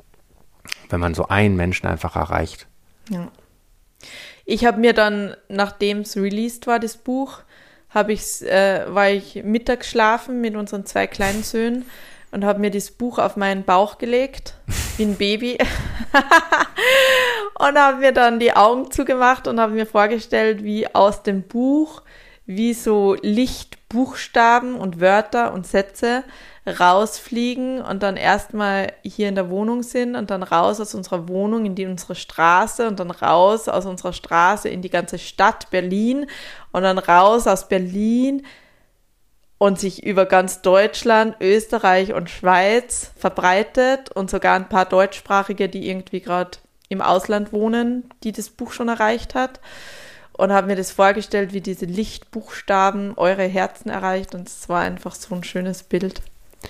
wenn man so einen Menschen einfach erreicht.
Ja. Ich habe mir dann, nachdem es released war, das Buch, habe ich, äh, war ich mittags schlafen mit unseren zwei kleinen Söhnen und habe mir das Buch auf meinen Bauch gelegt, wie ein Baby. Und habe mir dann die Augen zugemacht und habe mir vorgestellt, wie aus dem Buch wie so Lichtbuchstaben und Wörter und Sätze rausfliegen und dann erstmal hier in der Wohnung sind und dann raus aus unserer Wohnung in die unsere Straße und dann raus aus unserer Straße in die ganze Stadt Berlin und dann raus aus Berlin und sich über ganz Deutschland, Österreich und Schweiz verbreitet und sogar ein paar Deutschsprachige, die irgendwie gerade im Ausland wohnen, die das Buch schon erreicht hat. Und habe mir das vorgestellt, wie diese Lichtbuchstaben eure Herzen erreicht. Und es war einfach so ein schönes Bild.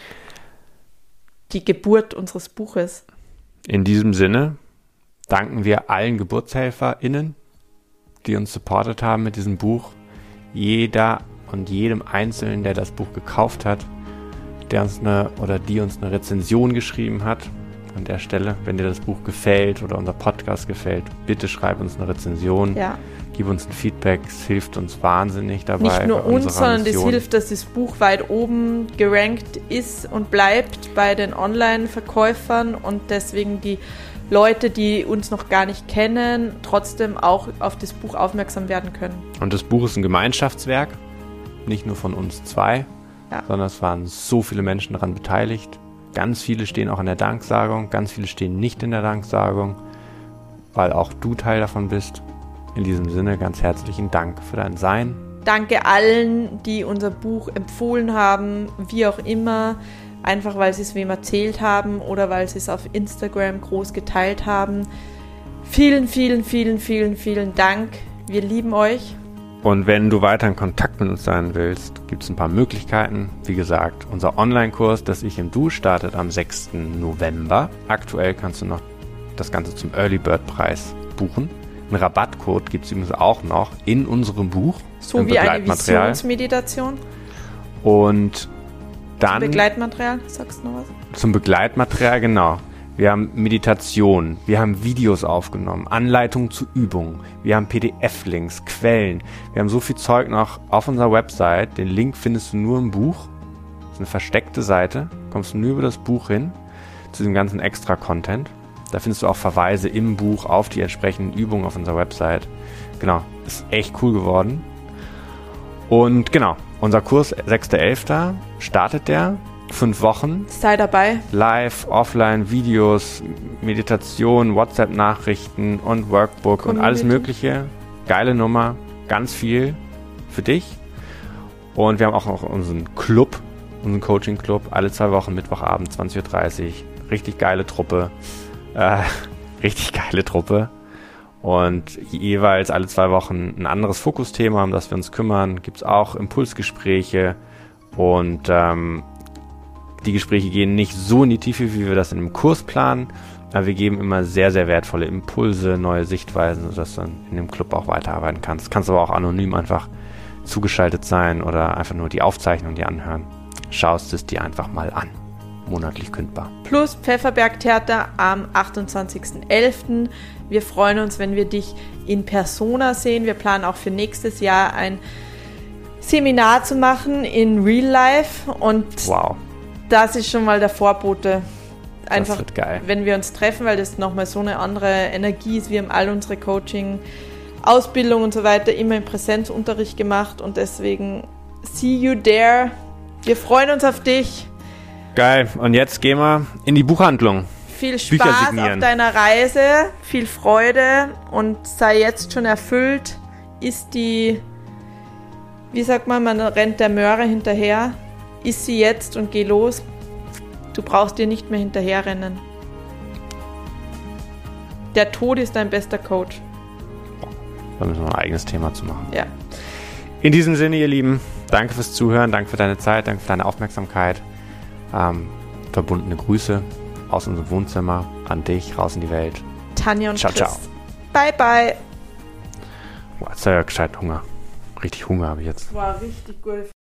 Die Geburt unseres Buches.
In diesem Sinne danken wir allen GeburtshelferInnen, die uns supportet haben mit diesem Buch. Jeder und jedem Einzelnen, der das Buch gekauft hat, der uns eine oder die uns eine Rezension geschrieben hat. An der Stelle, wenn dir das Buch gefällt oder unser Podcast gefällt, bitte schreib uns eine Rezension.
Ja.
Gib uns ein Feedback, es hilft uns wahnsinnig dabei.
Nicht nur uns, sondern das hilft, dass das Buch weit oben gerankt ist und bleibt bei den Online-Verkäufern und deswegen die Leute, die uns noch gar nicht kennen, trotzdem auch auf das Buch aufmerksam werden können.
Und das Buch ist ein Gemeinschaftswerk, nicht nur von uns zwei, ja. sondern es waren so viele Menschen daran beteiligt. Ganz viele stehen auch in der Danksagung, ganz viele stehen nicht in der Danksagung, weil auch du Teil davon bist. In diesem Sinne ganz herzlichen Dank für dein Sein.
Danke allen, die unser Buch empfohlen haben, wie auch immer, einfach weil sie es wem erzählt haben oder weil sie es auf Instagram groß geteilt haben. Vielen, vielen, vielen, vielen, vielen Dank. Wir lieben euch.
Und wenn du weiter in Kontakt mit uns sein willst, gibt es ein paar Möglichkeiten. Wie gesagt, unser Online-Kurs, das Ich im Du, startet am sechsten November. Aktuell kannst du noch das Ganze zum Early Bird Preis buchen. Einen Rabattcode gibt es übrigens auch noch in unserem Buch.
So wie eine Visionsmeditation.
Und dann...
Zum Begleitmaterial, sagst du noch was?
Zum Begleitmaterial, genau. Wir haben Meditation, wir haben Videos aufgenommen, Anleitungen zu Übungen, wir haben P D F-Links, Quellen. Wir haben so viel Zeug noch auf unserer Website. Den Link findest du nur im Buch. Das ist eine versteckte Seite. Kommst du nur über das Buch hin zu diesem ganzen Extra-Content. Da findest du auch Verweise im Buch auf die entsprechenden Übungen auf unserer Website. Genau, ist echt cool geworden. Und genau, unser Kurs sechster elfter startet der. Fünf Wochen.
Sei dabei.
Live, offline, Videos, Meditation, WhatsApp-Nachrichten und Workbook Community. Und alles Mögliche. Geile Nummer. Ganz viel für dich. Und wir haben auch noch unseren Club, unseren Coaching-Club. Alle zwei Wochen, Mittwochabend, zwanzig Uhr dreißig. Richtig geile Truppe. Äh, richtig geile Truppe. Und jeweils alle zwei Wochen ein anderes Fokusthema, um das wir uns kümmern. Gibt es auch Impulsgespräche. Und ähm, die Gespräche gehen nicht so in die Tiefe, wie wir das in einem Kurs planen, aber wir geben immer sehr, sehr wertvolle Impulse, neue Sichtweisen, sodass du dann in dem Club auch weiterarbeiten kannst. Kannst aber auch anonym einfach zugeschaltet sein oder einfach nur die Aufzeichnung dir anhören. Schaust es dir einfach mal an. Monatlich kündbar.
Plus Pfefferberg-Theater am achtundzwanzigsten elften Wir freuen uns, wenn wir dich in Persona sehen. Wir planen auch für nächstes Jahr ein Seminar zu machen in Real Life und
wow.
Das ist schon mal der Vorbote. Einfach,
das wird geil.
Wenn wir uns treffen, weil das nochmal so eine andere Energie ist. Wir haben all unsere Coaching, Ausbildung und so weiter immer im Präsenzunterricht gemacht und deswegen see you there. Wir freuen uns auf dich.
Geil. Und jetzt gehen wir in die Buchhandlung.
Viel Spaß auf deiner Reise, viel Freude und sei jetzt schon erfüllt. Ist die, wie sagt man, man rennt der Möhre hinterher. Iss sie jetzt und geh los. Du brauchst dir nicht mehr hinterherrennen. Der Tod ist dein bester Coach.
Da müssen wir ein eigenes Thema zu machen.
Ja.
In diesem Sinne, ihr Lieben, danke fürs Zuhören, danke für deine Zeit, danke für deine Aufmerksamkeit. Ähm, verbundene Grüße aus unserem Wohnzimmer an dich, raus in die Welt.
Tanja und
ciao,
Chris.
Ciao.
Bye, bye.
Boah, jetzt habe ich ja gescheit Hunger. Richtig Hunger habe ich jetzt.
War richtig gut.